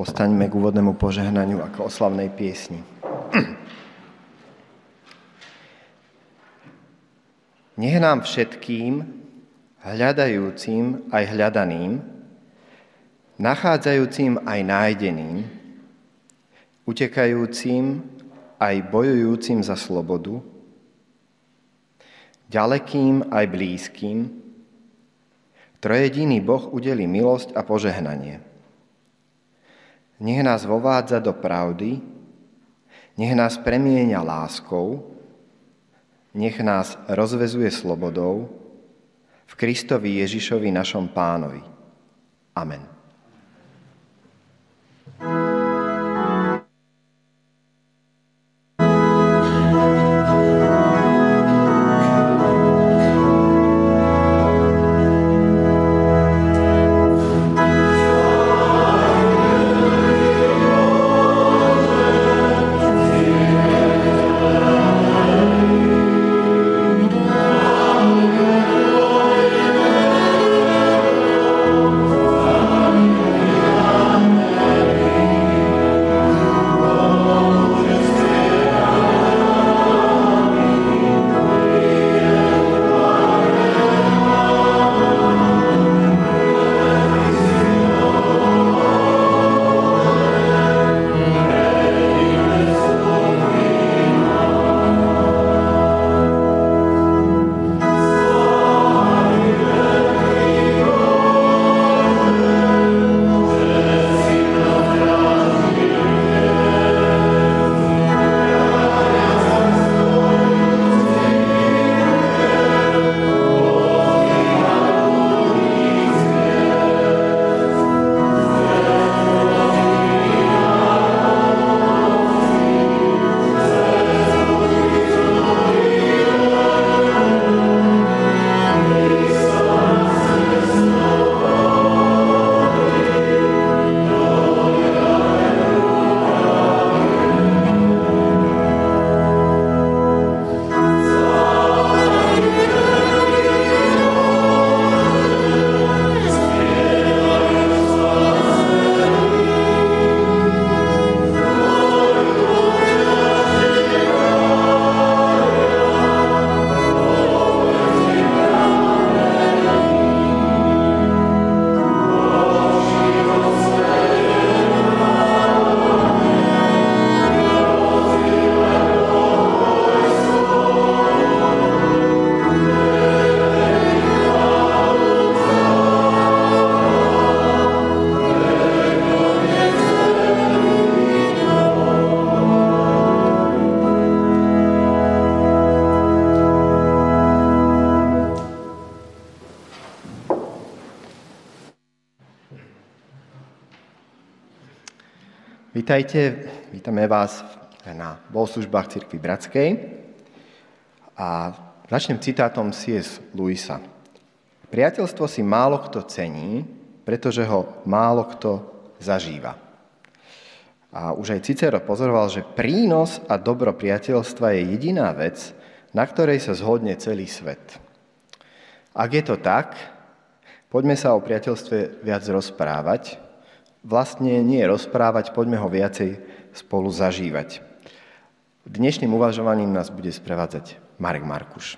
Povstaňme k úvodnému požehnaniu ako oslavnej piesni. Nech nám všetkým, hľadajúcim aj hľadaným, nachádzajúcim aj nájdeným, utekajúcim aj bojujúcim za slobodu, ďalekým aj blízkym, trojediný Boh udeli milosť a požehnanie. Nech nás vovádza do pravdy, nech nás premieňa láskou, nech nás rozvezuje slobodou v Kristovi Ježišovi našom Pánovi. Amen. Vítame vás na bohoslužbách Cirkvi Bratskej a začnem citátom C.S. Lewisa. Priateľstvo si málo kto cení, pretože ho málo kto zažíva. A už aj Cicero pozoroval, že prínos a dobro priateľstva je jediná vec, na ktorej sa zhodne celý svet. Ak je to tak, poďme sa o priateľstve viac rozprávať. Vlastne nie rozprávať, poďme ho viacej spolu zažívať. Dnešným uvažovaním nás bude sprevádzať Marek Markuš.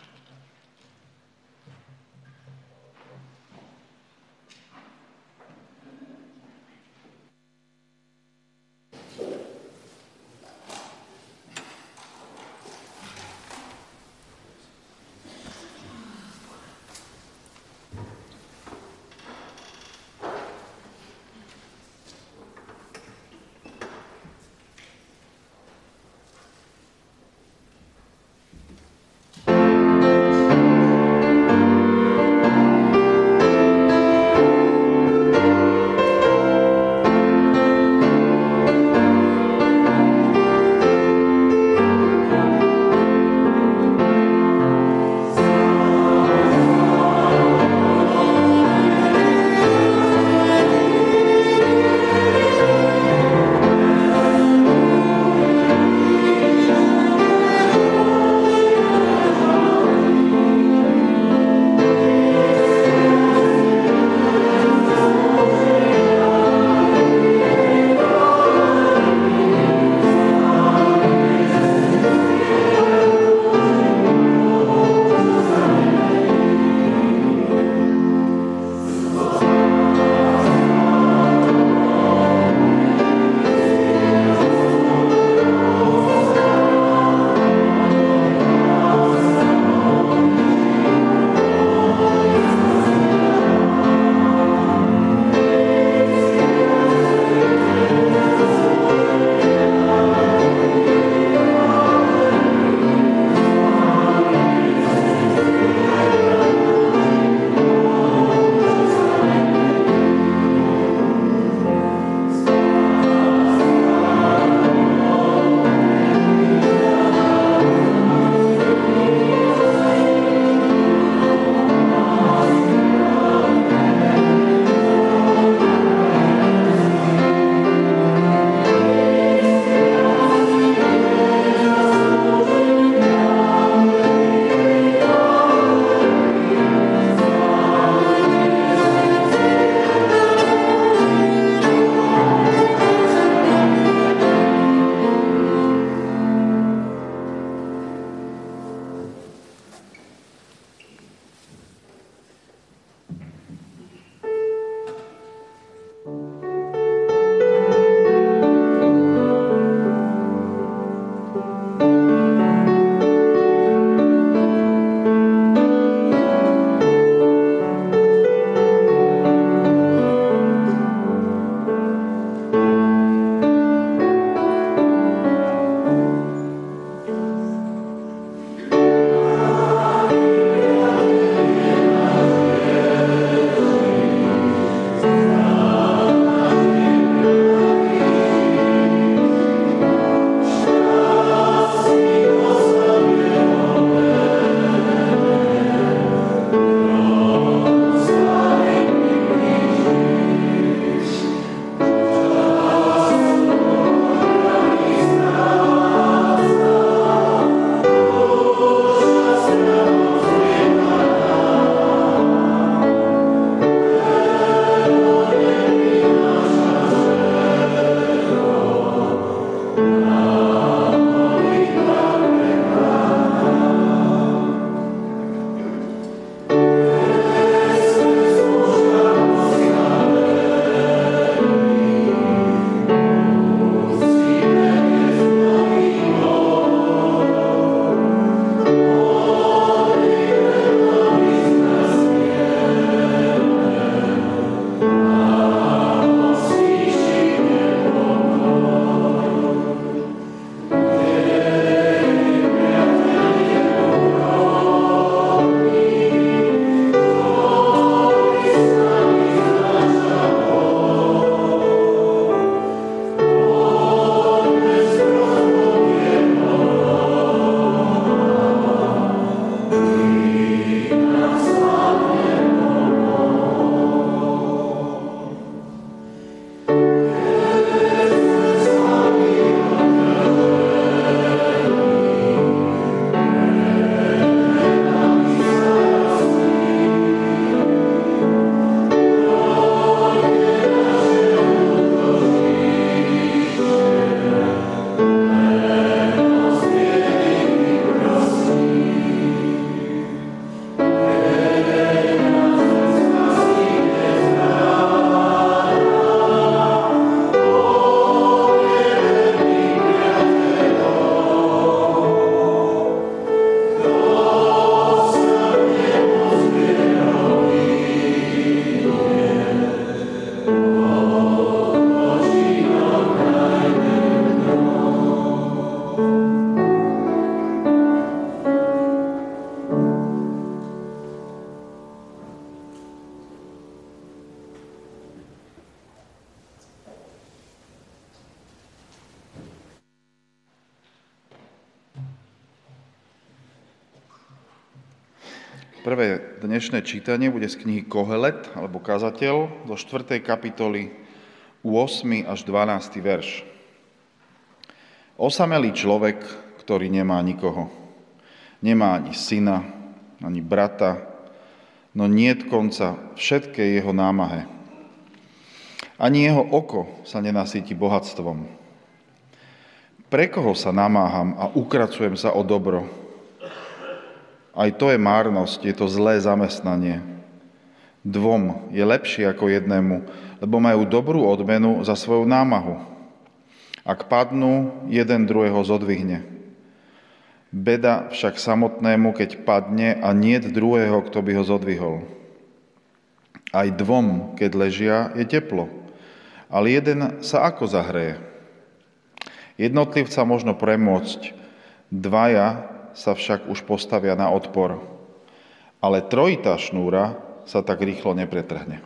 Prvé dnešné čítanie bude z knihy Kohelet, alebo Kazateľ, zo 4. kapitoly 8. až 12. verš. Osamelý človek, ktorý nemá nikoho. Nemá ani syna, ani brata, no niet konca všetkej jeho námahe. Ani jeho oko sa nenasíti bohatstvom. Pre koho sa namáham a ukracujem sa o dobro? Aj to je márnosť, je to zlé zamestnanie. Dvom je lepšie ako jednému, lebo majú dobrú odmenu za svoju námahu. Ak padnú, jeden druhého zodvihne. Beda však samotnému, keď padne a niet druhého, kto by ho zodvihol. Aj dvom, keď ležia, je teplo, ale jeden sa ako zahreje. Jednotlivca možno premôcť, dvaja sa však už postavia na odpor, ale trojitá šnúra sa tak rýchlo nepretrhne.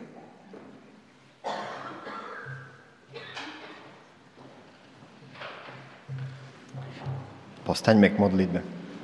Postaňme k modlitbe.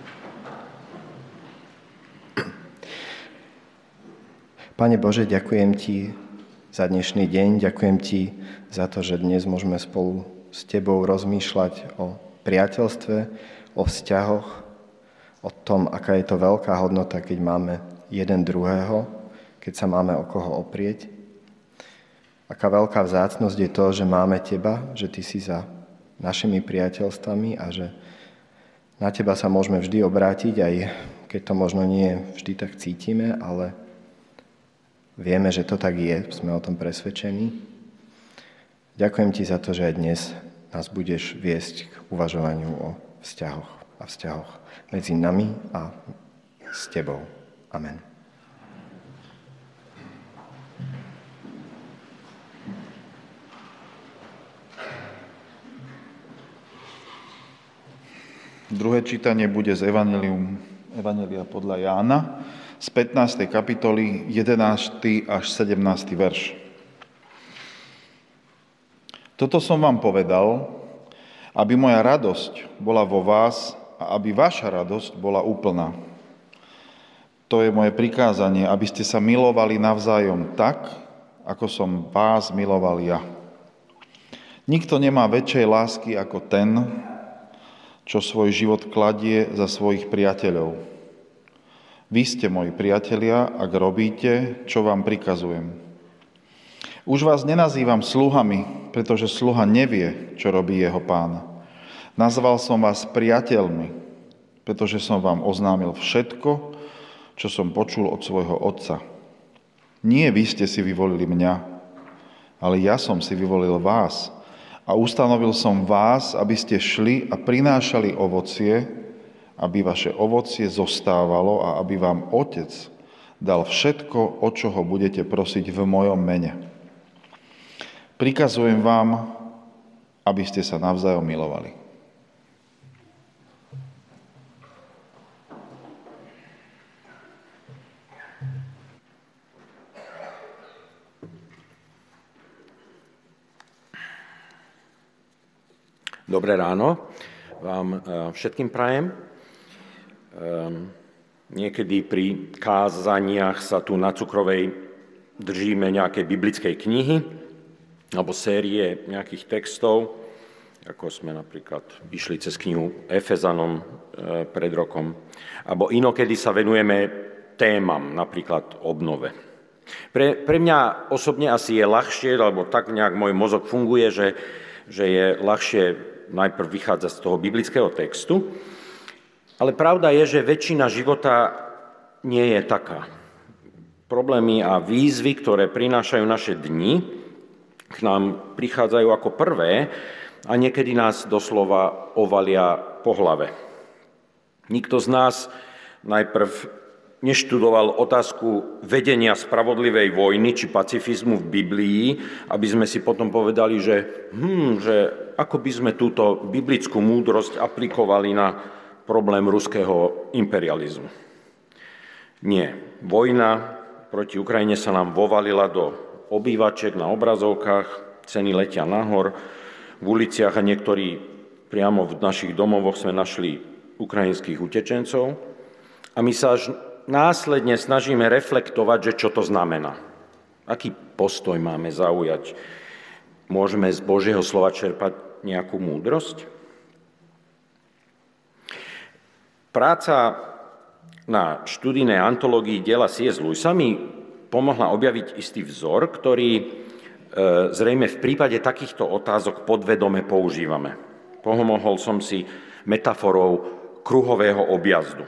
Pane Bože, ďakujem Ti za dnešný deň, ďakujem Ti za to, že dnes môžeme spolu s Tebou rozmýšľať o priateľstve, o vzťahoch, o tom, aká je to veľká hodnota, keď máme jeden druhého, keď sa máme o koho oprieť. Aká veľká vzácnosť je to, že máme Teba, že Ty si za našimi priateľstvami a že na Teba sa môžeme vždy obrátiť, aj keď to možno nie vždy tak cítime, ale vieme, že to tak je, sme o tom presvedčení. Ďakujem Ti za to, že aj dnes nás budeš viesť k uvažovaniu o vzťahoch medzi nami a s Tebou. Amen. Druhé čítanie bude z Evanjelia podľa Jána, z 15. kapitoly 11. až 17. verš. Toto som vám povedal, aby moja radosť bola vo vás a aby vaša radosť bola úplná. To je moje prikázanie, aby ste sa milovali navzájom tak, ako som vás miloval ja. Nikto nemá väčšej lásky ako ten, čo svoj život kladie za svojich priateľov. Vy ste moji priatelia, ak robíte, čo vám prikazujem. Už vás nenazývam sluhami, pretože sluha nevie, čo robí jeho pán. Nazval som vás priateľmi, pretože som vám oznámil všetko, čo som počul od svojho otca. Nie vy ste si vyvolili mňa, ale ja som si vyvolil vás a ustanovil som vás, aby ste šli a prinášali ovocie, aby vaše ovocie zostávalo a aby vám Otec dal všetko, o čo ho budete prosiť v mojom mene. Prikazujem vám, aby ste sa navzájom milovali. Dobré ráno vám všetkým prajem. Niekedy pri kázaniach sa tu na Cukrovej držíme nejakej biblickej knihy alebo série nejakých textov, ako sme napríklad išli cez knihu Efezanom pred rokom, alebo inokedy sa venujeme témam, napríklad obnove. Pre mňa osobne asi je ľahšie, alebo tak nejak môj mozog funguje, že je ľahšie najprv vychádzať z toho biblického textu, ale pravda je, že väčšina života nie je taká. Problémy a výzvy, ktoré prinášajú naše dni, k nám prichádzajú ako prvé a niekedy nás doslova ovalia po hlave. Nikto z nás najprv neštudoval otázku vedenia spravodlivej vojny či pacifizmu v Biblii, aby sme si potom povedali, že ako by sme túto biblickú múdrosť aplikovali na problém ruského imperializmu. Nie. Vojna proti Ukrajine sa nám vovalila do obývačiek na obrazovkách, ceny letia nahor, v uliciach a niektorí priamo v našich domovoch sme našli ukrajinských utečencov a my sa až následne snažíme reflektovať, že čo to znamená. Aký postoj máme zaujať? Môžeme z Božieho slova čerpať nejakú múdrosť? Práca na študijnej antológii diela C.S. Lewisa mi pomohla objaviť istý vzor, ktorý zrejme v prípade takýchto otázok podvedome používame. Pomohol som si metaforou kruhového objazdu.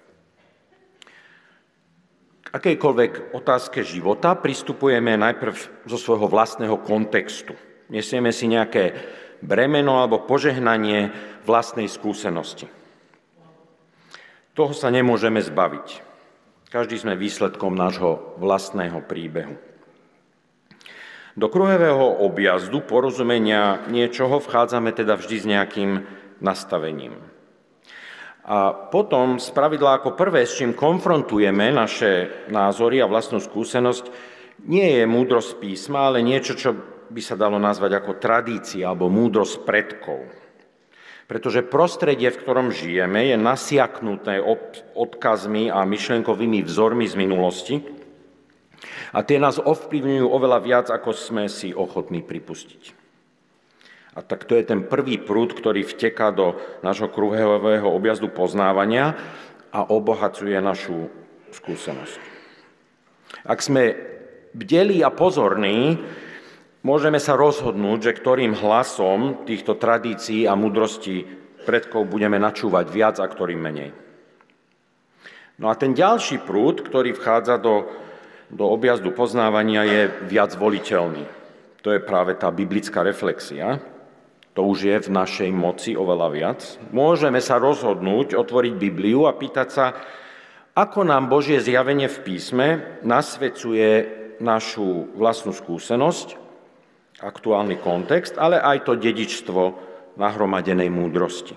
K akejkoľvek otázke života pristupujeme najprv zo svojho vlastného kontextu. Nesieme si nejaké bremeno alebo požehnanie vlastnej skúsenosti. Toho sa nemôžeme zbaviť. Každý sme výsledkom nášho vlastného príbehu. Do kruhového objazdu porozumenia niečoho vchádzame teda vždy s nejakým nastavením. A potom spravidla ako prvé, s čím konfrontujeme naše názory a vlastnú skúsenosť, nie je múdrosť písma, ale niečo, čo by sa dalo nazvať ako tradícia alebo múdrosť predkov. Pretože prostredie, v ktorom žijeme, je nasiaknuté odkazmi a myšlienkovými vzormi z minulosti a tie nás ovplyvňujú oveľa viac, ako sme si ochotní pripustiť. A tak to je ten prvý prúd, ktorý vteká do nášho kruhového objazdu poznávania a obohacuje našu skúsenosť. Ak sme bdelí a pozorní, môžeme sa rozhodnúť, že ktorým hlasom týchto tradícií a múdrostí predkov budeme načúvať viac a ktorým menej. No a ten ďalší prúd, ktorý vchádza do objazdu poznávania, je viac voliteľný. To je práve tá biblická reflexia. To už je v našej moci oveľa viac. Môžeme sa rozhodnúť, otvoriť Bibliu a pýtať sa, ako nám Božie zjavenie v písme nasvedcuje našu vlastnú skúsenosť, aktuálny kontext, ale aj to dedičstvo nahromadenej múdrosti.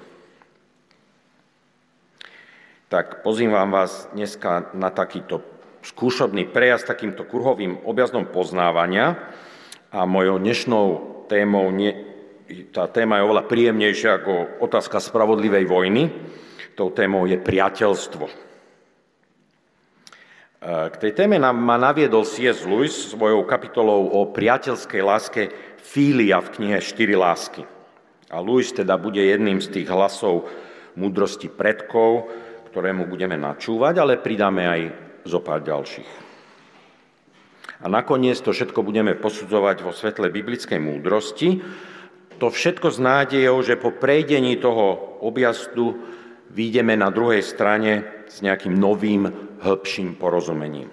Tak pozývam vás dneska na takýto skúšobný prejazd takýmto kruhovým objazdom poznávania a mojou dnešnou témou tá téma je oveľa príjemnejšia ako otázka spravodlivej vojny. Tou témou je priateľstvo. K tej téme ma naviedol C.S. Lewis svojou kapitolou o priateľskej láske Fília v knihe 4 lásky. A Lewis teda bude jedným z tých hlasov múdrosti predkov, ktorému budeme načúvať, ale pridáme aj zo pár ďalších. A nakoniec to všetko budeme posudzovať vo svetle biblickej múdrosti, to všetko s nádejou, že po prejdení toho objazdu výjdeme na druhej strane s nejakým novým, hĺbším porozumením.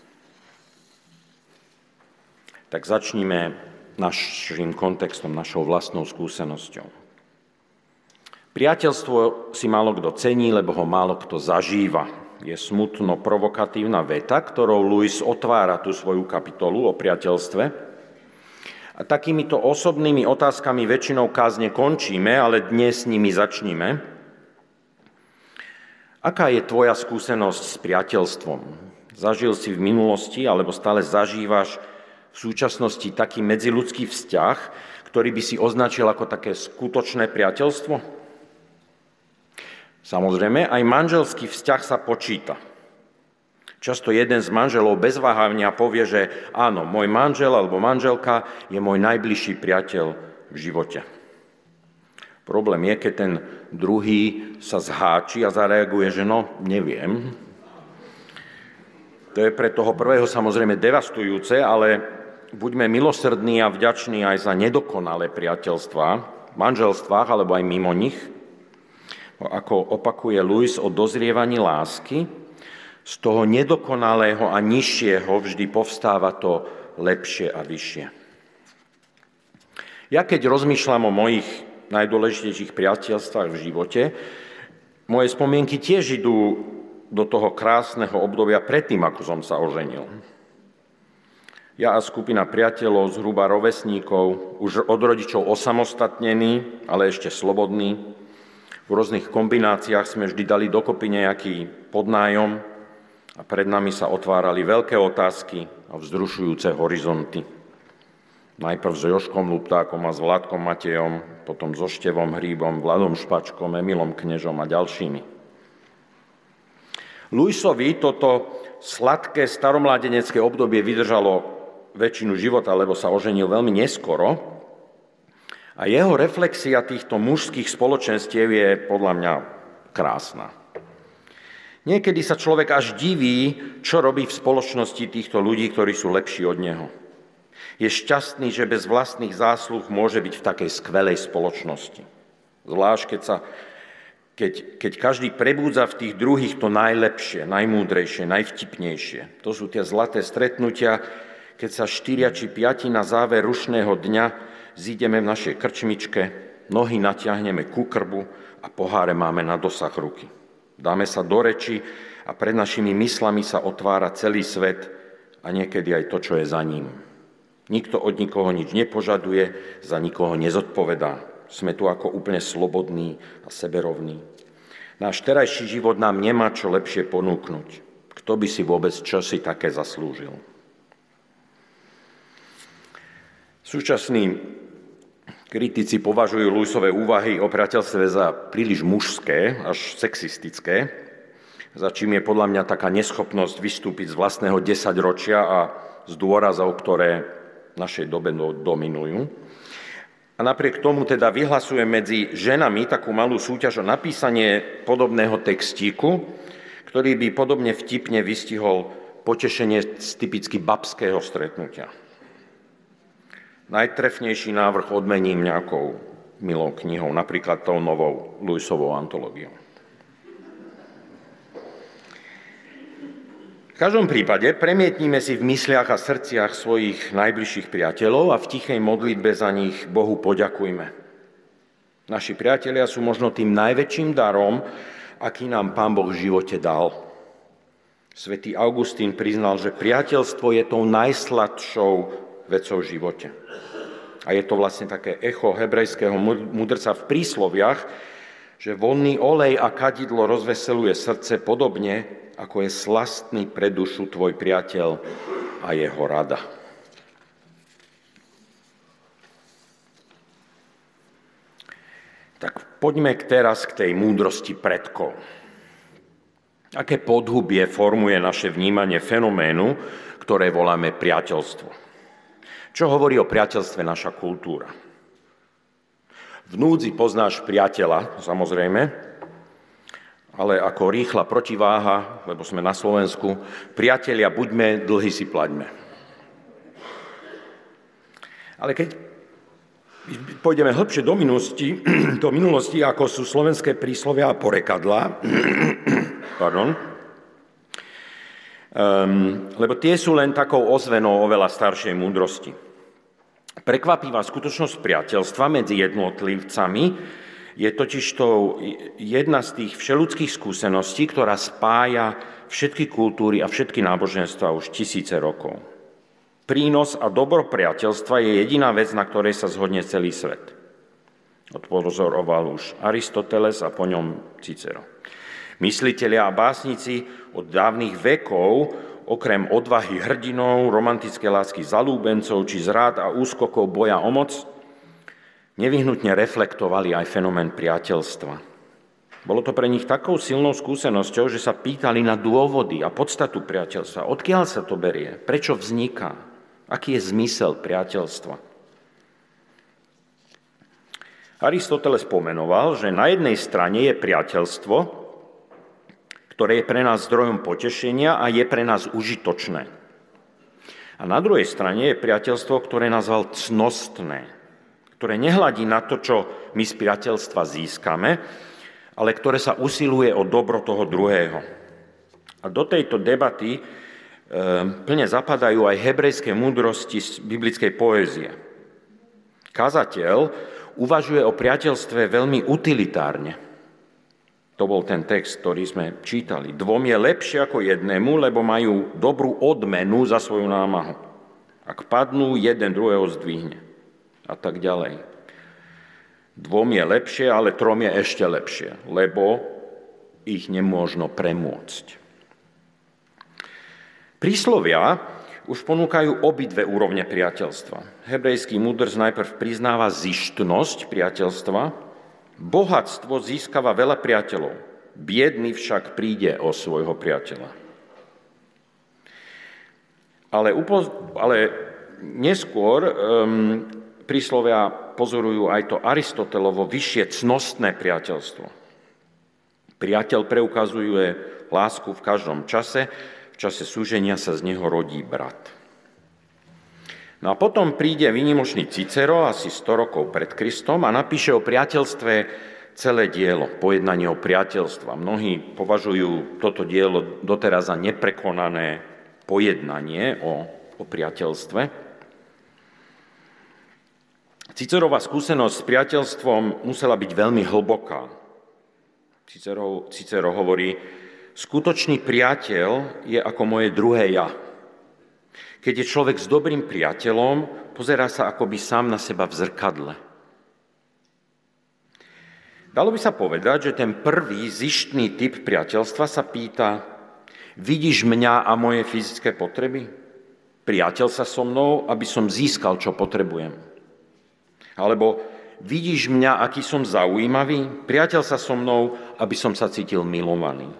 Tak začníme našim kontextom, našou vlastnou skúsenosťou. Priateľstvo si málo kto cení, lebo ho málo kto zažíva. Je smutno provokatívna veta, ktorou Lewis otvára tú svoju kapitolu o priateľstve. A takýmito osobnými otázkami väčšinou kázne končíme, ale dnes s nimi začníme. Aká je tvoja skúsenosť s priateľstvom? Zažil si v minulosti, alebo stále zažívaš v súčasnosti taký medziľudský vzťah, ktorý by si označil ako také skutočné priateľstvo? Samozrejme, aj manželský vzťah sa počíta. Často jeden z manželov bez váhania povie, že áno, môj manžel alebo manželka je môj najbližší priateľ v živote. Problém je, keď ten druhý sa zháči a zareaguje, že no, neviem. To je pre toho prvého samozrejme devastujúce, ale buďme milosrdní a vďační aj za nedokonalé priateľstvá, v manželstvách alebo aj mimo nich. Ako opakuje Lewis o dozrievaní lásky, z toho nedokonalého a nižšieho vždy povstáva to lepšie a vyššie. Ja keď rozmýšľam o mojich najdôležitejších priateľstvách v živote, moje spomienky tiež idú do toho krásneho obdobia predtým, ako som sa oženil. Ja a skupina priateľov, zhruba rovesníkov, už od rodičov osamostatnení, ale ešte slobodní, v rôznych kombináciách sme vždy dali dokopy nejaký podnájom, a pred nami sa otvárali veľké otázky a vzrušujúce horizonty. Najprv s Jožkom Luptákom a s Vladkom Matejom, potom so Števom Hríbom, Vladom Špačkom, Emilom Knežom a ďalšími. Luisovi toto sladké staromládenecké obdobie vydržalo väčšinu života, lebo sa oženil veľmi neskoro. A jeho reflexia týchto mužských spoločenstiev je podľa mňa krásna. Niekedy sa človek až diví, čo robí v spoločnosti týchto ľudí, ktorí sú lepší od neho. Je šťastný, že bez vlastných zásluh môže byť v takej skvelej spoločnosti. Zvlášť, keď každý prebúdza v tých druhých to najlepšie, najmúdrejšie, najvtipnejšie. To sú tie zlaté stretnutia, keď sa 4 či 5 na záver rušného dňa zídeme v našej krčmičke, nohy natiahneme ku krbu a poháre máme na dosah ruky. Dáme sa do reči a pred našimi myslami sa otvára celý svet a niekedy aj to, čo je za ním. Nikto od nikoho nič nepožaduje, za nikoho nezodpovedá. Sme tu ako úplne slobodní a seberovní. Náš terajší život nám nemá čo lepšie ponúknuť. Kto by si vôbec čosi také zaslúžil? Súčasní kritici považujú Luisove úvahy o priateľstve za príliš mužské, až sexistické, za čím je podľa mňa taká neschopnosť vystúpiť z vlastného desaťročia a z dôrazov, ktoré v našej dobe dominujú. A napriek tomu teda vyhlasujem medzi ženami takú malú súťaž o napísanie podobného textíku, ktorý by podobne vtipne vystihol potešenie z typicky babského stretnutia. Najtrefnejší návrh odmením nejakou milou knihou, napríklad tou novou Luisovou antológiou. V každom prípade premietnime si v mysliach a srdciach svojich najbližších priateľov a v tichej modlitbe za nich Bohu poďakujme. Naši priatelia sú možno tým najväčším darom, aký nám Pán Boh v živote dal. Svätý Augustín priznal, že priateľstvo je tou najsladšou vecou v živote. A je to vlastne také echo hebrejského mudrca v prísloviach, že vonný olej a kadidlo rozveseluje srdce podobne, ako je slastný pre dušu tvoj priateľ a jeho rada. Tak poďme teraz k tej múdrosti predkov. Aké podhubie formuje naše vnímanie fenoménu, ktoré voláme priateľstvo? Čo hovorí o priateľstve naša kultúra? V núdzi poznáš priateľa, samozrejme, ale ako rýchla protiváha, lebo sme na Slovensku, priatelia, buďme, dlhy si plaťme. Ale keď pôjdeme hlbšie do minulosti, ako sú slovenské príslovia a porekadlá, lebo tie sú len takou ozvenou oveľa staršej múdrosti. Prekvapivá skutočnosť priateľstva medzi jednotlivcami je totiž to jedna z tých všeľudských skúseností, ktorá spája všetky kultúry a všetky náboženstva už tisíce rokov. Prínos a dobro priateľstva je jediná vec, na ktorej sa zhodne celý svet. Odpozoroval už Aristoteles a po ňom Cicero. Myslitelia a básnici od dávnych vekov, okrem odvahy hrdinov, romantické lásky zalúbencov či zrád a úskokov boja o moc, nevyhnutne reflektovali aj fenomén priateľstva. Bolo to pre nich takou silnou skúsenosťou, že sa pýtali na dôvody a podstatu priateľstva. Odkiaľ sa to berie? Prečo vzniká? Aký je zmysel priateľstva? Aristoteles pomenoval, že na jednej strane je priateľstvo, ktoré je pre nás zdrojom potešenia a je pre nás užitočné. A na druhej strane je priateľstvo, ktoré nazval cnostné, ktoré nehľadí na to, čo my z priateľstva získame, ale ktoré sa usiluje o dobro toho druhého. A do tejto debaty plne zapadajú aj hebrejské múdrosti z biblickej poézie. Kazateľ uvažuje o priateľstve veľmi utilitárne. To bol ten text, ktorý sme čítali. Dvom je lepšie ako jednému, lebo majú dobrú odmenu za svoju námahu. Ak padnú, jeden druhého zdvihne. A tak ďalej. Dvom je lepšie, ale trom je ešte lepšie, lebo ich nemôžno premôcť. Príslovia už ponúkajú obidve úrovne priateľstva. Hebrejský múdrc najprv priznáva zištnosť priateľstva, bohatstvo získava veľa priateľov. Biedný však príde o svojho priateľa. Ale neskôr príslovia pozorujú aj to Aristotelovo vyššie cnostné priateľstvo. Priateľ preukazuje lásku v každom čase, v čase súženia sa z neho rodí brat. No a potom príde výnimočný Cicero, asi 100 rokov pred Kristom, a napíše o priateľstve celé dielo, pojednanie o priateľstva. Mnohí považujú toto dielo doteraz za neprekonané pojednanie o priateľstve. Cicerová skúsenosť s priateľstvom musela byť veľmi hlboká. Cicero hovorí, skutočný priateľ je ako moje druhé ja. Keď je človek s dobrým priateľom, pozerá sa akoby sám na seba v zrkadle. Dalo by sa povedať, že ten prvý zištný typ priateľstva sa pýta, vidíš mňa a moje fyzické potreby? Priateľ sa so mnou, aby som získal, čo potrebujem. Alebo vidíš mňa, aký som zaujímavý? Priateľ sa so mnou, aby som sa cítil milovaný.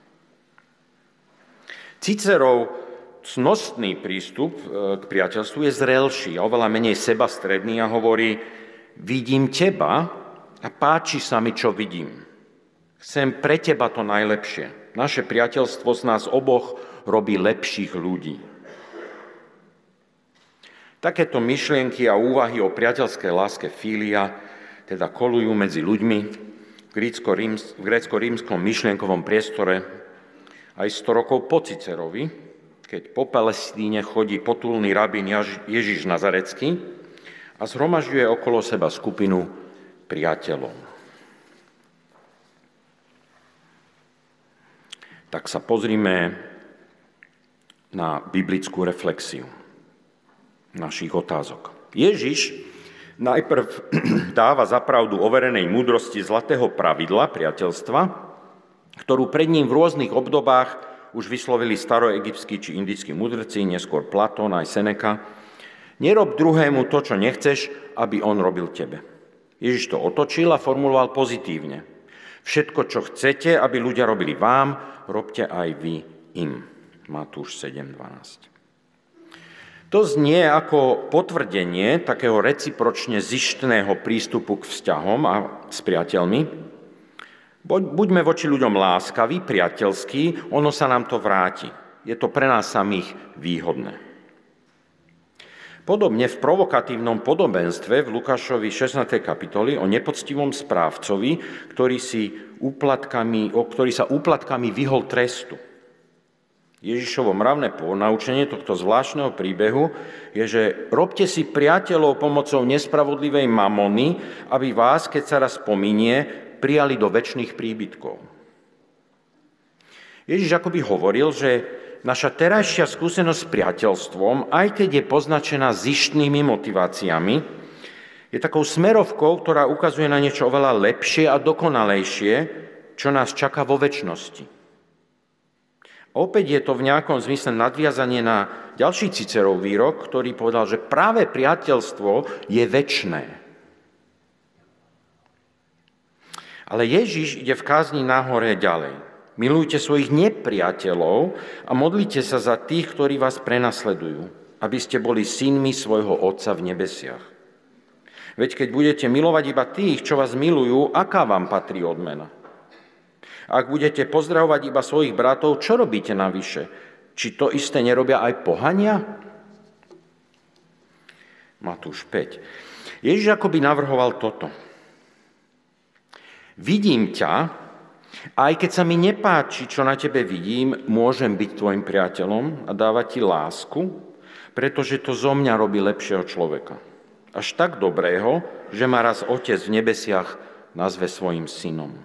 Cicerov cnostný prístup k priateľstvu je zrelší a oveľa menej sebastredný a hovorí, vidím teba a páči sa mi, čo vidím. Chcem pre teba to najlepšie. Naše priateľstvo z nás oboch robí lepších ľudí. Takéto myšlienky a úvahy o priateľskej láske filia teda kolujú medzi ľuďmi v grécko-rímskom myšlienkovom priestore aj 100 rokov po Cicerovi, keď po Palestíne chodí potulný rabín Ježiš Nazarecký a zhromažďuje okolo seba skupinu priateľov. Tak sa pozrime na biblickú reflexiu našich otázok. Ježiš najprv dáva za pravdu overenej múdrosti zlatého pravidla priateľstva, ktorú pred ním v rôznych obdobách už vyslovili staroegyptskí či indickí mudrci, neskôr Platón aj Seneca. Nerob druhému to, čo nechceš, aby on robil tebe. Ježiš to otočil a formuloval pozitívne. Všetko, čo chcete, aby ľudia robili vám, robte aj vy im. Matúš 7:12. To znie ako potvrdenie takého recipročne zištného prístupu k vzťahom a s priateľmi. Buďme voči ľuďom láskaví, priateľskí, ono sa nám to vráti. Je to pre nás samých výhodné. Podobne v provokatívnom podobenstve v Lukášovi 16. kapitoli o nepoctivom správcovi, ktorý sa úplatkami vyhol trestu. Ježišovo mravné ponaučenie tohto zvláštneho príbehu je, že robte si priateľov pomocou nespravodlivej mamony, aby vás, keď sa raz pominie, prijali do večných príbytkov. Ježiš akoby hovoril, že naša terajšia skúsenosť s priateľstvom, aj keď je poznačená zištnými motiváciami, je takou smerovkou, ktorá ukazuje na niečo oveľa lepšie a dokonalejšie, čo nás čaká vo večnosti. Opäť je to v nejakom zmysle nadviazanie na ďalší Cicerov výrok, ktorý povedal, že práve priateľstvo je večné. Ale Ježiš ide v kázni nahore ďalej. Milujte svojich nepriateľov a modlite sa za tých, ktorí vás prenasledujú, aby ste boli synmi svojho Otca v nebesiach. Veď keď budete milovať iba tých, čo vás milujú, aká vám patrí odmena? Ak budete pozdravovať iba svojich bratov, čo robíte navyše? Či to isté nerobia aj pohania? Matúš 5. Ježiš akoby navrhoval toto. Vidím ťa, aj keď sa mi nepáči, čo na tebe vidím, môžem byť tvojim priateľom a dávať ti lásku, pretože to zo mňa robí lepšieho človeka. Až tak dobrého, že ma raz Otec v nebesiach nazve svojim synom.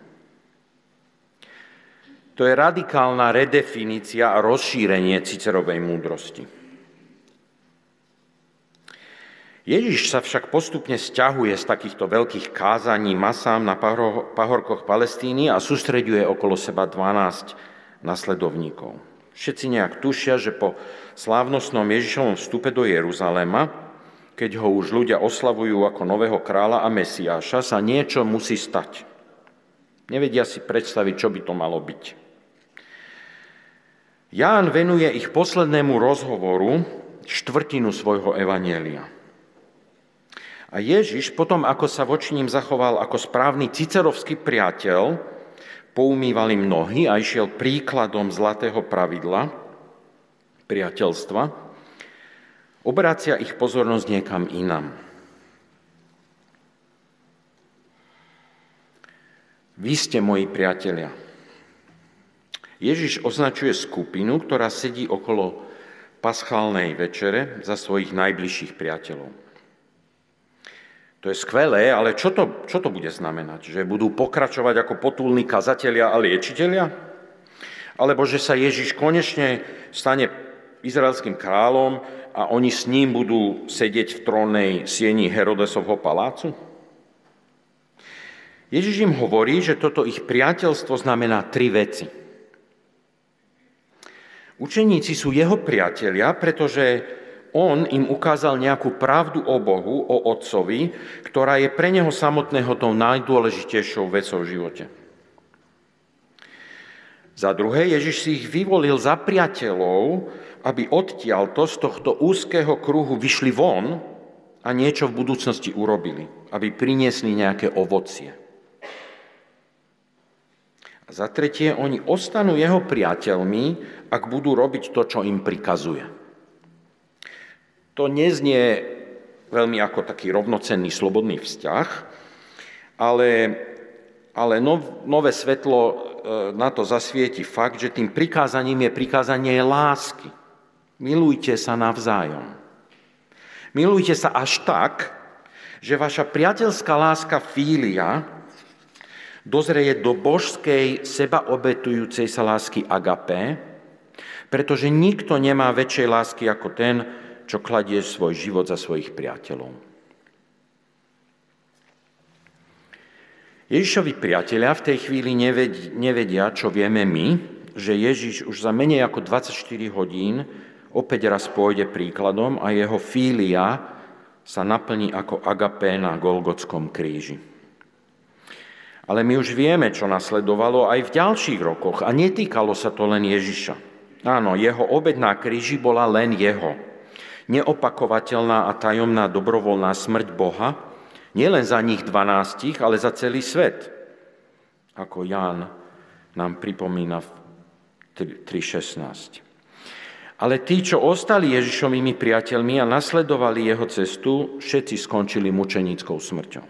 To je radikálna redefinícia a rozšírenie Cicerovej múdrosti. Ježiš sa však postupne sťahuje z takýchto veľkých kázaní masám na pahorkoch Palestíny a sústreďuje okolo seba 12 nasledovníkov. Všetci nejak tušia, že po slávnostnom Ježišovom vstupe do Jeruzalema, keď ho už ľudia oslavujú ako nového kráľa a Mesiáša, sa niečo musí stať. Nevedia si predstaviť, čo by to malo byť. Ján venuje ich poslednému rozhovoru štvrtinu svojho evanjelia. A Ježiš potom, ako sa voči ním zachoval ako správny cicerovský priateľ, poumýval im nohy a išiel príkladom zlatého pravidla, priateľstva, obracia ich pozornosť niekam inam. Vy ste moji priatelia. Ježiš označuje skupinu, ktorá sedí okolo paschálnej večere za svojich najbližších priateľov. To je skvelé, ale čo to bude znamenať? Že budú pokračovať ako potulní kazatelia a liečitelia? Alebo že sa Ježiš konečne stane izraelským kráľom a oni s ním budú sedieť v trónnej sieni Herodesovho palácu? Ježiš im hovorí, že toto ich priateľstvo znamená 3 veci. Učeníci sú jeho priatelia, pretože on im ukázal nejakú pravdu o Bohu, o Otcovi, ktorá je pre neho samotného tou najdôležitejšou vecou v živote. Za druhé, Ježiš si ich vyvolil za priateľov, aby odtiaľto z tohto úzkeho kruhu vyšli von a niečo v budúcnosti urobili, aby priniesli nejaké ovocie. A za tretie, oni ostanú jeho priateľmi, ak budú robiť to, čo im prikazuje. To neznie veľmi ako taký rovnocenný slobodný vzťah, ale nové svetlo na to zasvieti fakt, že tým prikázaním je prikázanie lásky. Milujte sa navzájom. Milujte sa až tak, že vaša priateľská láska filia dozrie do božskej, sebaobetujúcej sa lásky agapé, pretože nikto nemá väčšej lásky ako ten, čo kladie svoj život za svojich priateľov. Ježišovi priatelia v tej chvíli nevedia, čo vieme my, že Ježiš už za menej ako 24 hodín opäť raz pôjde príkladom a jeho fília sa naplní ako agapé na Golgotskom kríži. Ale my už vieme, čo nasledovalo aj v ďalších rokoch a netýkalo sa to len Ježiša. Áno, jeho obeť na kríži bola len jeho. Neopakovateľná a tajomná dobrovoľná smrť Boha, nielen za nich 12, ale za celý svet. Ako Ján nám pripomína v 3.16. Ale tí, čo ostali Ježišovými priateľmi a nasledovali jeho cestu, všetci skončili mučenickou smrťou.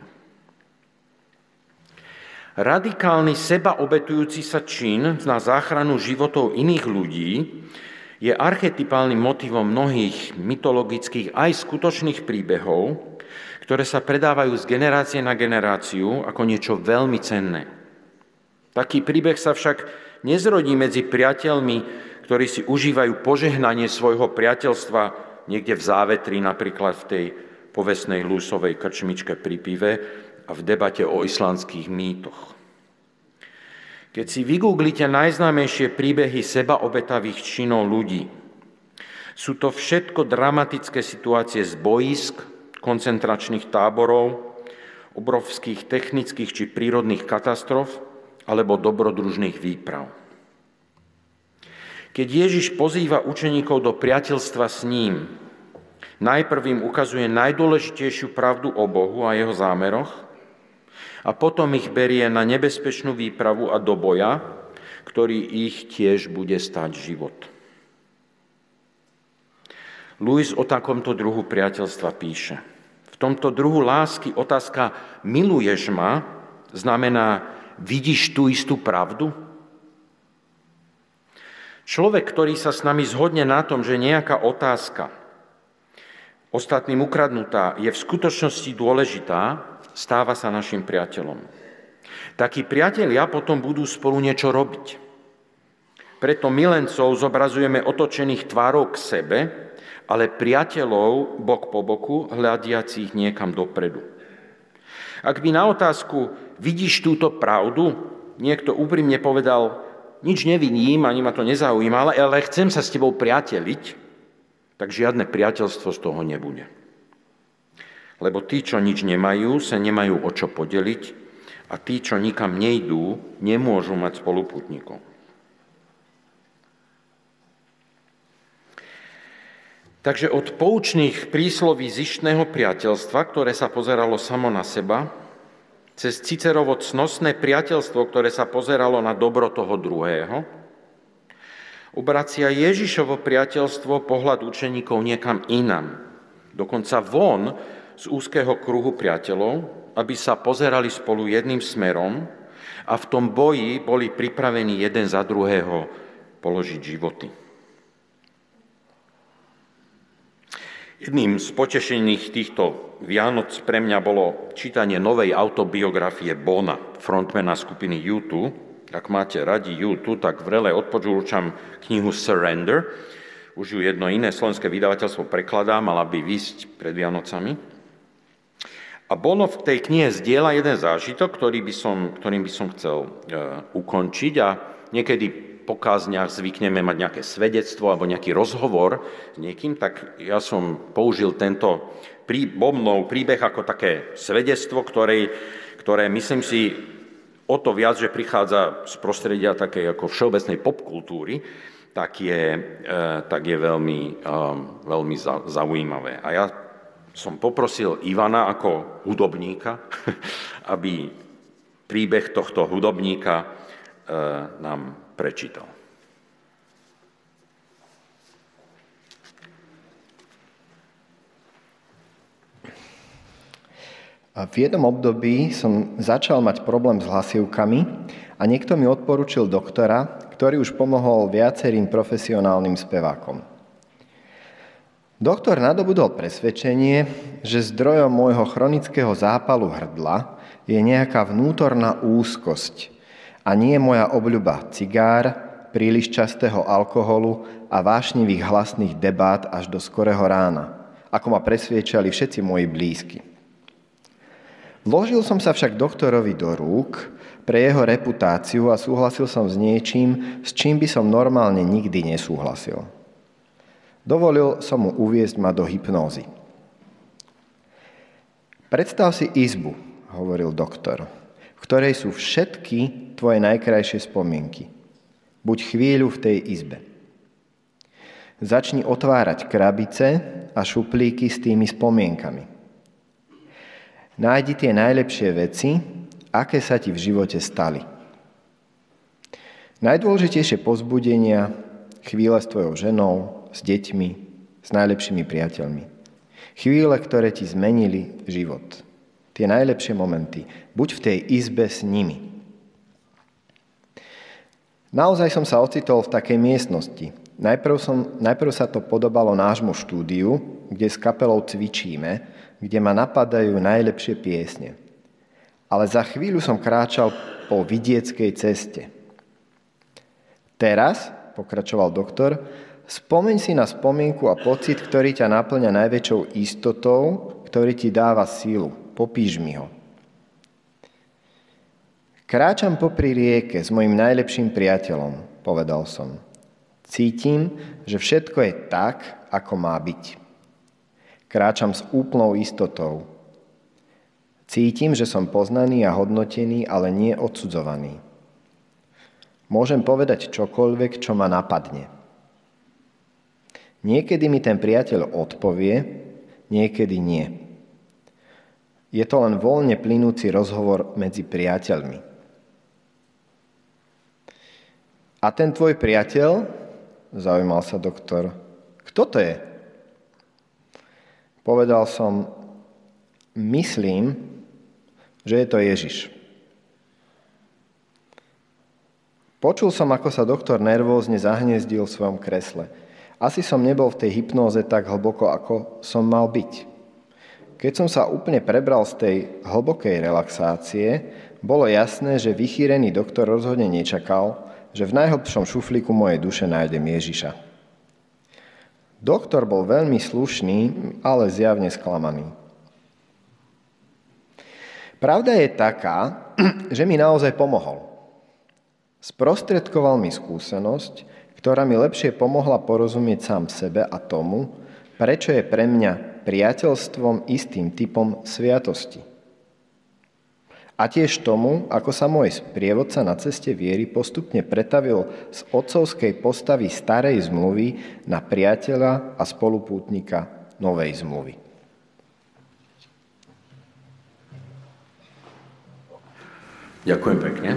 Radikálny sebaobetujúci sa čin na záchranu životov iných ľudí je archetypálnym motivom mnohých mytologických aj skutočných príbehov, ktoré sa predávajú z generácie na generáciu ako niečo veľmi cenné. Taký príbeh sa však nezrodí medzi priateľmi, ktorí si užívajú požehnanie svojho priateľstva niekde v závetri, napríklad v tej povestnej lúsovej krčmičke pri pive a v debate o islandských mýtoch. Keď si vygooglite najznámejšie príbehy sebaobetavých činov ľudí, sú to všetko dramatické situácie z bojísk, koncentračných táborov, obrovských technických či prírodných katastrof alebo dobrodružných výprav. Keď Ježiš pozýva učeníkov do priateľstva s ním, najprv im ukazuje najdôležitejšiu pravdu o Bohu a jeho zámeroch, a potom ich berie na nebezpečnú výpravu a do boja, ktorý ich tiež bude stáť život. Lewis o takomto druhu priateľstva píše. V tomto druhu lásky otázka miluješ ma znamená vidíš tú istú pravdu? Človek, ktorý sa s nami zhodne na tom, že nejaká otázka ostatným ukradnutá je v skutočnosti dôležitá, stáva sa našim priateľom. Takí priatelia potom budú spolu niečo robiť. Preto milencov zobrazujeme otočených tvárou k sebe, ale priateľov bok po boku, hľadiacich niekam dopredu. Ak by na otázku vidíš túto pravdu, niekto úprimne povedal, nič nevidím, ani ma to nezaujíma, ale chcem sa s tebou priateliť, tak žiadne priateľstvo z toho nebude. Lebo tí, čo nič nemajú, sa nemajú o čo podeliť A tí, čo nikam nejdú, nemôžu mať spoluputníkov. Takže od poučných prísloví zištného priateľstva, ktoré sa pozeralo samo na seba, cez Cicerovo cnostné priateľstvo, ktoré sa pozeralo na dobro toho druhého, obracia Ježišovo priateľstvo pohľad učeníkov niekam inam, dokonca von z úzkeho kruhu priateľov, aby sa pozerali spolu jedným smerom a v tom boji boli pripravení jeden za druhého položiť životy. Jedným z potešených týchto Vianoc pre mňa bolo čítanie novej autobiografie Bona, frontmana skupiny U2. Ak máte radi U2, tak vrele odporúčam knihu Surrender. Už ju jedno iné slovenské vydavateľstvo prekladá, mala by výsť pred Vianocami. A Bono v tej knihe zdieľa jeden zážitok, ktorým by som chcel ukončiť. A niekedy po kázniach zvykneme mať nejaké svedectvo alebo nejaký rozhovor s niekým, tak ja som použil tento Bobnov príbeh ako také svedectvo, ktoré myslím si o to viac, že prichádza z prostredia takej ako všeobecnej popkultúry, tak je veľmi, veľmi zaujímavé. A ja som poprosil Ivana ako hudobníka, aby príbeh tohto hudobníka nám prečítal. V jednom období som začal mať problém s hlasivkami a niekto mi odporučil doktora, ktorý už pomohol viacerým profesionálnym spevákom. Doktor nadobudol presvedčenie, že zdrojom môjho chronického zápalu hrdla je nejaká vnútorná úzkosť a nie moja obľuba cigár, príliš častého alkoholu a vášnivých hlasných debát až do skorého rána, ako ma presviečali všetci moji blízky. Vložil som sa však doktorovi do rúk pre jeho reputáciu a súhlasil som s niečím, s čím by som normálne nikdy nesúhlasil. Dovolil som mu uviesť ma do hypnózy. Predstav si izbu, hovoril doktor, v ktorej sú všetky tvoje najkrajšie spomienky. Buď chvíľu v tej izbe. Začni otvárať krabice a šuplíky s tými spomienkami. Nájdi tie najlepšie veci, aké sa ti v živote stali. Najdôležitejšie povzbudenia, chvíle s tvojou ženou, s deťmi, s najlepšími priateľmi. Chvíle, ktoré ti zmenili život. Tie najlepšie momenty. Buď v tej izbe s nimi. Naozaj som sa ocitol v takej miestnosti. Najprv sa to podobalo nášmu štúdiu, kde s kapelou cvičíme, kde ma napadajú najlepšie piesne. Ale za chvíľu som kráčal po vidieckej ceste. Teraz, pokračoval doktor, spomeň si na spomienku a pocit, ktorý ťa naplňa najväčšou istotou, ktorý ti dáva sílu. Popíš mi ho. Kráčam popri rieke s mojim najlepším priateľom, povedal som. Cítim, že všetko je tak, ako má byť. Kráčam s úplnou istotou. Cítim, že som poznaný a hodnotený, ale nie odsudzovaný. Môžem povedať čokoľvek, čo ma napadne. Niekedy mi ten priateľ odpovie, niekedy nie. Je to len voľne plynúci rozhovor medzi priateľmi. A ten tvoj priateľ, zaujímal sa doktor, kto to je? Povedal som, myslím, že je to Ježiš. Počul som, ako sa doktor nervózne zahniezdil v svojom kresle. Asi som nebol v tej hypnóze tak hlboko, ako som mal byť. Keď som sa úplne prebral z tej hlbokej relaxácie, bolo jasné, že vychýrený doktor rozhodne nečakal, že v najhlbšom šuflíku mojej duše nájdem Ježiša. Doktor bol veľmi slušný, ale zjavne sklamaný. Pravda je taká, že mi naozaj pomohol. Sprostredkoval mi skúsenosť, ktorá mi lepšie pomohla porozumieť sám sebe a tomu, prečo je pre mňa priateľstvom istým typom sviatosti. A tiež tomu, ako sa môj sprievodca na ceste viery postupne pretavil z otcovskej postavy starej zmluvy na priateľa a spolupútnika novej zmluvy. Ďakujem pekne.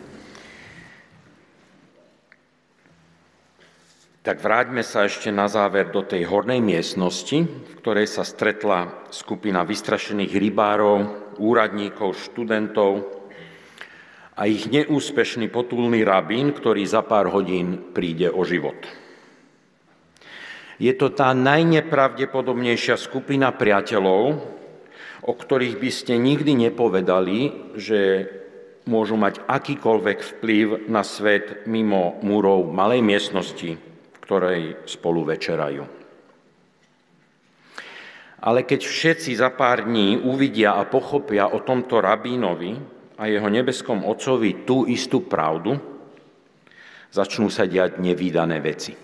Tak vráťme sa ešte na záver do tej hornej miestnosti, v ktorej sa stretla skupina vystrašených rybárov, úradníkov, študentov a ich neúspešný potulný rabín, ktorý za pár hodín príde o život. Je to tá najnepravdepodobnejšia skupina priateľov, o ktorých by ste nikdy nepovedali, že môžu mať akýkoľvek vplyv na svet mimo múrov malej miestnosti, v ktorej spolu večerajú. Ale keď všetci za pár dní uvidia a pochopia o tomto rabínovi a jeho nebeskom otcovi tú istú pravdu, začnú sa diať nevídané veci.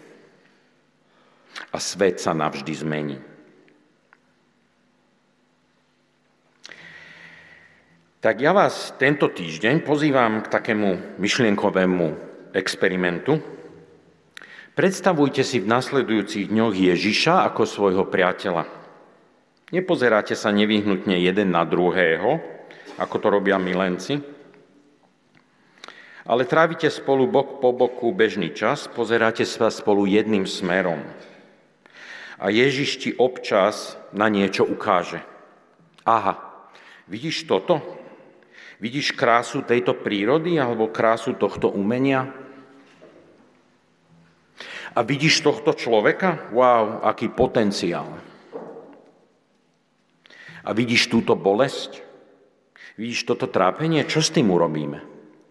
A svet sa navždy zmení. Tak ja vás tento týždeň pozývam k takému myšlienkovému experimentu. Predstavujte si v nasledujúcich dňoch Ježiša ako svojho priateľa. Nepozeráte sa nevyhnutne jeden na druhého, ako to robia milenci, ale trávite spolu bok po boku bežný čas, pozeráte sa spolu jedným smerom. A Ježiš ti občas na niečo ukáže. Aha, vidíš toto? Vidíš krásu tejto prírody alebo krásu tohto umenia? A vidíš tohto človeka? Wow, aký potenciál. A vidíš túto bolesť? Vidíš toto trápenie? Čo s tým urobíme?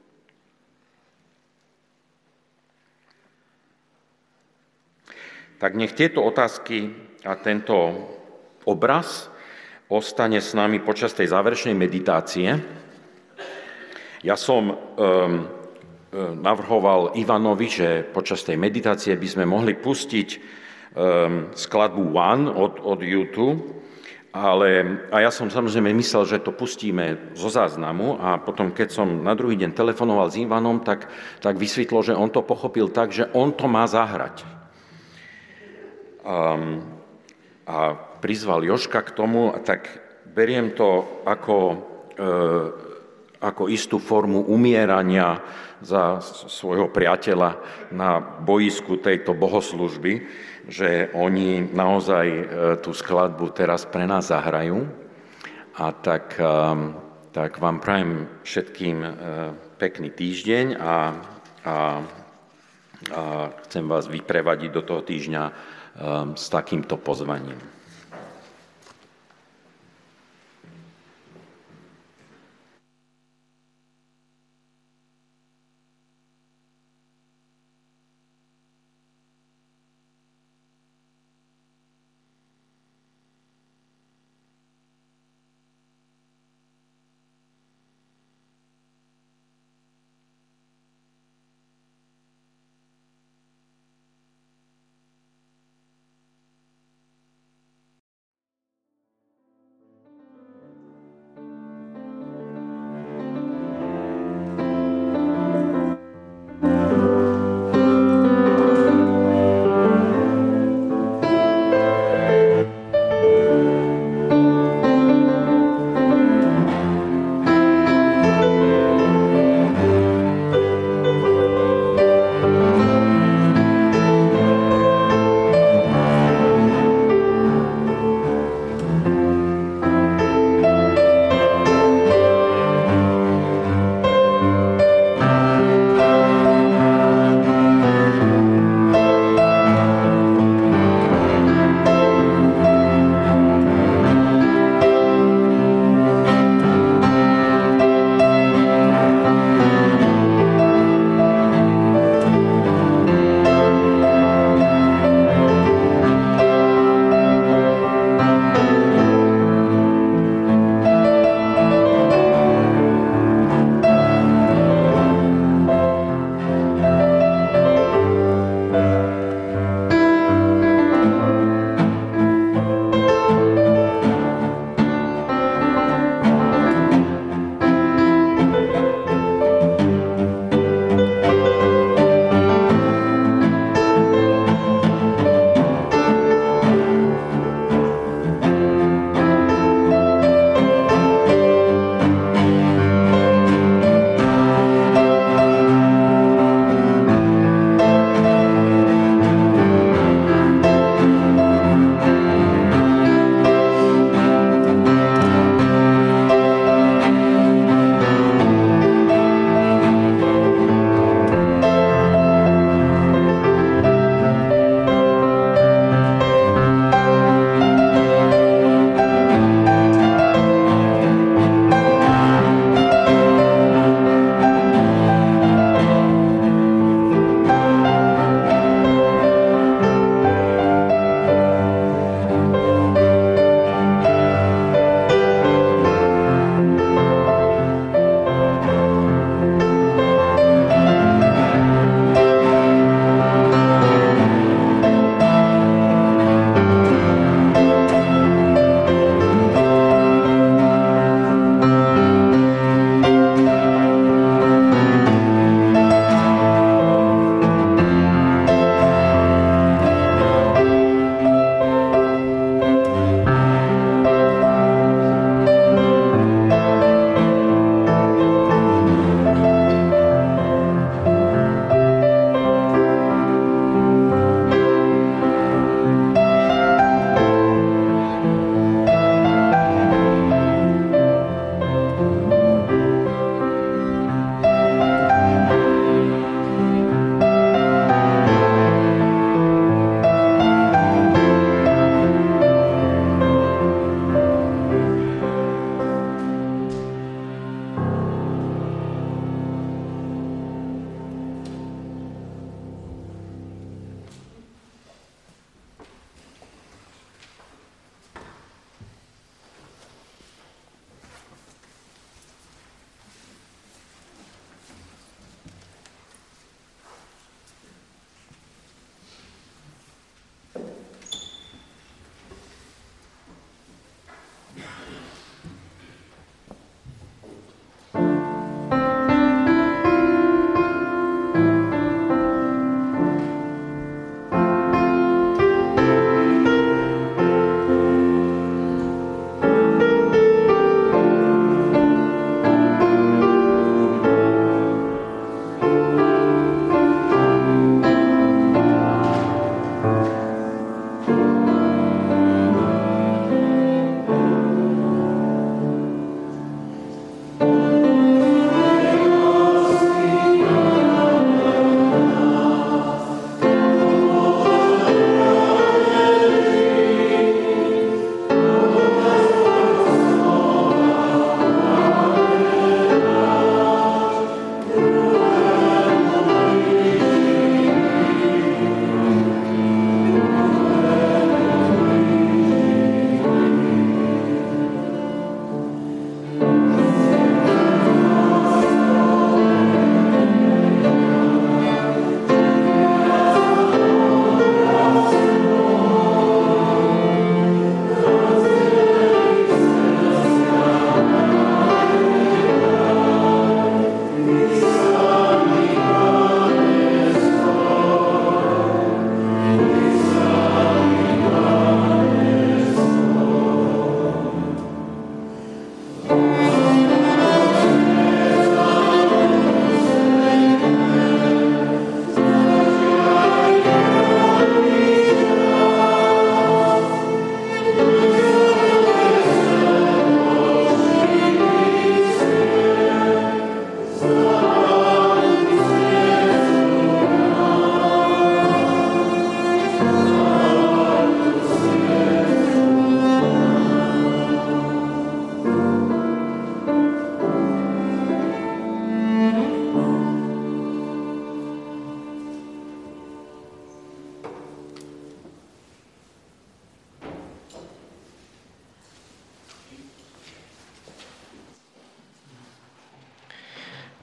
Tak nech tieto otázky a tento obraz ostane s nami počas tej záverečnej meditácie. Ja som navrhoval Ivanovi, že počas tej meditácie by sme mohli pustiť skladbu One od U2, a ja som samozrejme myslel, že to pustíme zo záznamu a potom, keď som na druhý deň telefonoval s Ivanom, tak vysvetlo, že on to pochopil tak, že on to má zahrať. A prizval Jožka k tomu, tak beriem to ako istú formu umierania za svojho priateľa na boisku tejto bohoslužby, že oni naozaj tú skladbu teraz pre nás zahrajú. A tak vám prajem všetkým pekný týždeň a chcem vás vyprevadiť do toho týždňa s takýmto pozvaním.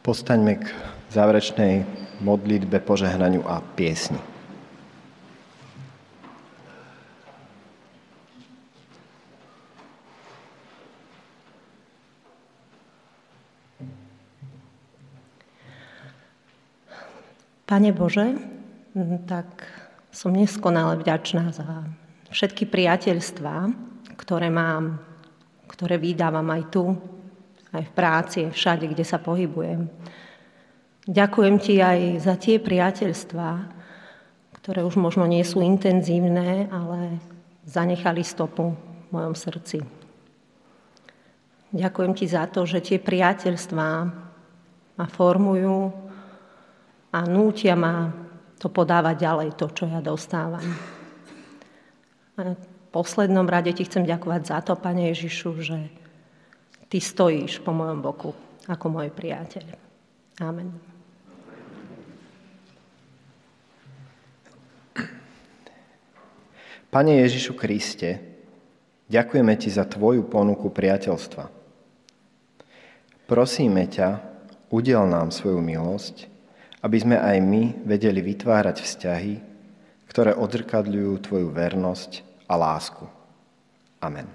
Postaňme k záverečnej modlitbe, požehnaniu a piesni. Pane Bože, tak som neskonale vďačná za všetky priateľstvá, ktoré mám, ktoré vydávam aj tu, aj v práci, všade, kde sa pohybujem. Ďakujem Ti aj za tie priateľstvá, ktoré už možno nie sú intenzívne, ale zanechali stopu v mojom srdci. Ďakujem Ti za to, že tie priateľstvá ma formujú a nútia ma to podávať ďalej, to, čo ja dostávam. A v poslednom rade Ti chcem ďakovať za to, Pane Ježišu, že Ty stojíš po mojom boku ako môj priateľ. Amen. Pane Ježišu Kriste, ďakujeme Ti za Tvoju ponuku priateľstva. Prosíme ťa, udel nám svoju milosť, aby sme aj my vedeli vytvárať vzťahy, ktoré odzrkadľujú Tvoju vernosť a lásku. Amen.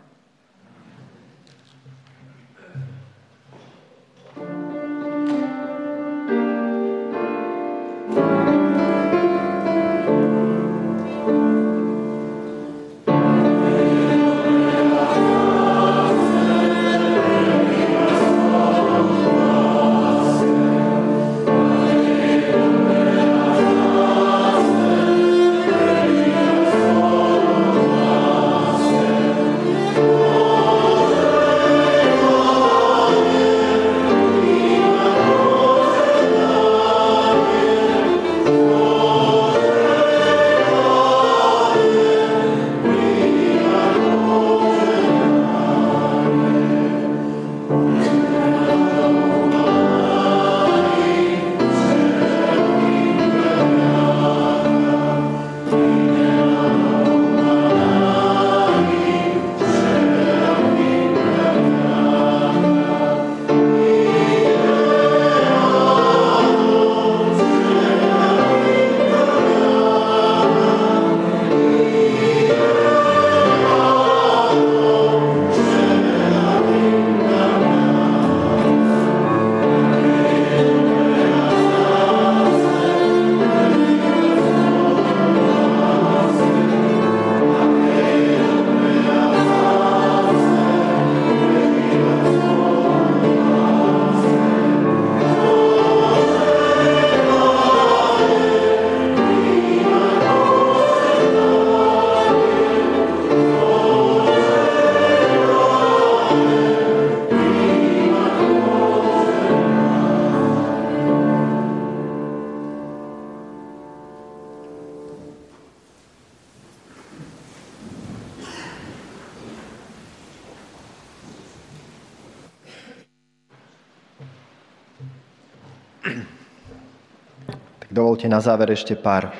Dovolte na záver ešte pár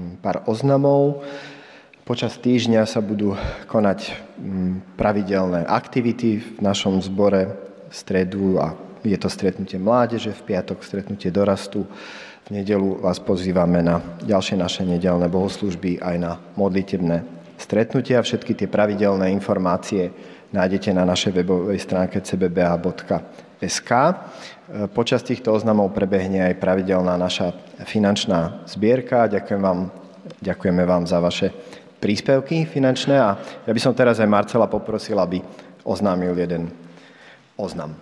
oznamov. Počas týždňa sa budú konať pravidelné aktivity v našom zbore v stredu a je to stretnutie mládeže, v piatok stretnutie dorastu. V nedeľu vás pozývame na ďalšie naše nedeľné bohoslúžby aj na modlitebné stretnutia. Všetky tie pravidelné informácie nájdete na našej webovej stránke cbba.sk. Počas týchto oznamov prebehne aj pravidelná naša finančná zbierka. Ďakujeme vám za vaše príspevky finančné a ja by som teraz aj Marcela poprosil, aby oznámil jeden oznam.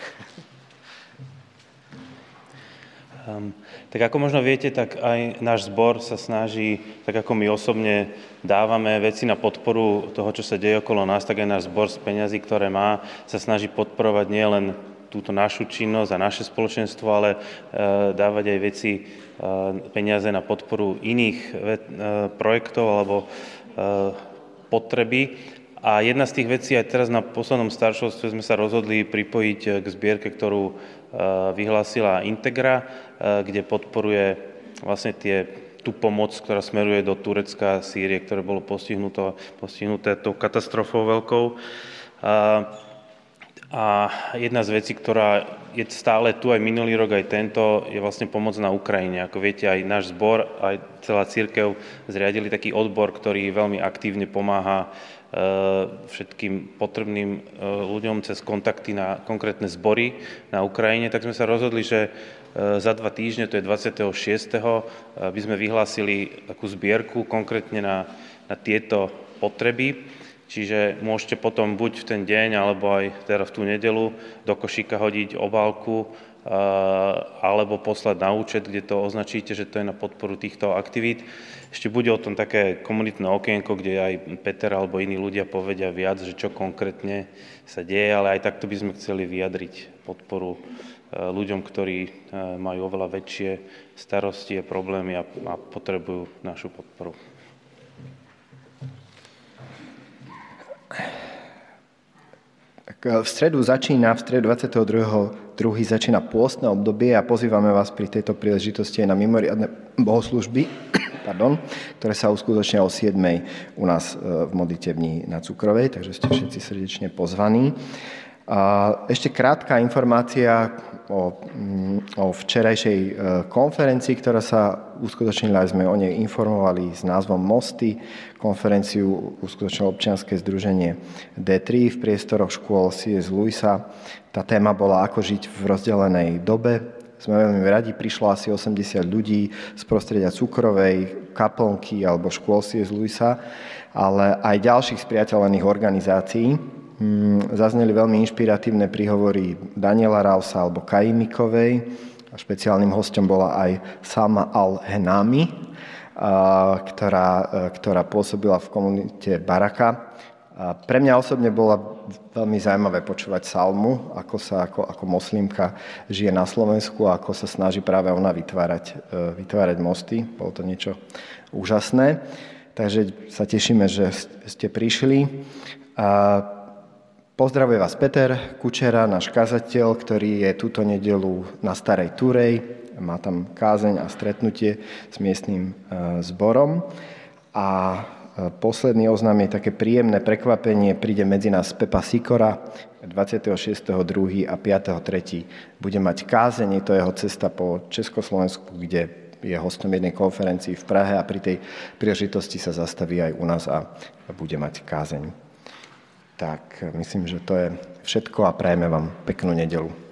Tak ako možno viete, tak aj náš zbor sa snaží, tak ako my osobne dávame veci na podporu toho, čo sa deje okolo nás, tak aj náš zbor z peňazí, ktoré má, sa snaží podporovať nielen túto našu činnosť a naše spoločenstvo, ale dávať aj veci, peniaze na podporu iných projektov alebo potreby. A jedna z tých vecí aj teraz na poslednom staršovstve sme sa rozhodli pripojiť k zbierke, ktorú vyhlásila Integra, kde podporuje vlastne tú pomoc, ktorá smeruje do Turecka a Sýrie, ktoré bolo postihnuté tou katastrofou veľkou. A jedna z vecí, ktorá je stále tu aj minulý rok, aj tento, je vlastne pomoc na Ukrajine. Ako viete, aj náš zbor, aj celá cirkev zriadili taký odbor, ktorý veľmi aktívne pomáha všetkým potrebným ľuďom cez kontakty na konkrétne zbory na Ukrajine. Tak sme sa rozhodli, že za 2 týždne, to je 26. by sme vyhlásili takú zbierku konkrétne na tieto potreby. Čiže môžete potom buď v ten deň, alebo aj teraz v tú nedeľu do košíka hodiť obálku alebo poslať na účet, kde to označíte, že to je na podporu týchto aktivít. Ešte bude o tom také komunitné okienko, kde aj Peter alebo iní ľudia povedia viac, že čo konkrétne sa deje, ale aj takto by sme chceli vyjadriť podporu ľuďom, ktorí majú oveľa väčšie starosti a problémy a potrebujú našu podporu. V stredu 22.2. začína pôstne obdobie a pozývame vás pri tejto príležitosti aj na mimoriadne bohoslužby, ktoré sa uskutočnia o 7:00 u nás v modlitebni na Cukrovej, takže ste všetci srdečne pozvaní. Ešte krátka informácia o včerajšej konferencii, ktorá sa uskutočnila, sme o nej informovali s názvom Mosty. Konferenciu uskutočnilo občianske združenie D3 v priestoroch škôl C.S. Lewisa. Tá téma bola Ako žiť v rozdelenej dobe. Sme veľmi radi, prišlo asi 80 ľudí z prostredia Cukrovej, Kaplnky alebo škôl C.S. Lewisa, ale aj ďalších spriateľených organizácií. Zazneli veľmi inšpiratívne príhovory Daniela Rausa alebo Kai Mikovej. Špeciálnym hosťom bola aj Salma Al-Henami, ktorá pôsobila v komunite Baraka. Pre mňa osobne bolo veľmi zaujímavé počúvať Salmu, ako moslimka žije na Slovensku a ako sa snaží práve ona vytvárať mosty. Bolo to niečo úžasné. Takže sa tešíme, že ste prišli. Pozdravuje vás Peter Kučera, náš kazateľ, ktorý je túto nedeľu na Starej Turej. Má tam kázeň a stretnutie s miestnym zborom. A posledný oznam je také príjemné prekvapenie. Príde medzi nás Pepa Sikora 26.2. a 5.3. Bude mať kázeň, je to jeho cesta po Československu, kde je hostom jednej konferencii v Prahe a pri tej príležitosti sa zastaví aj u nás a bude mať kázeň. Tak myslím, že to je všetko a prajeme vám peknú nedeľu.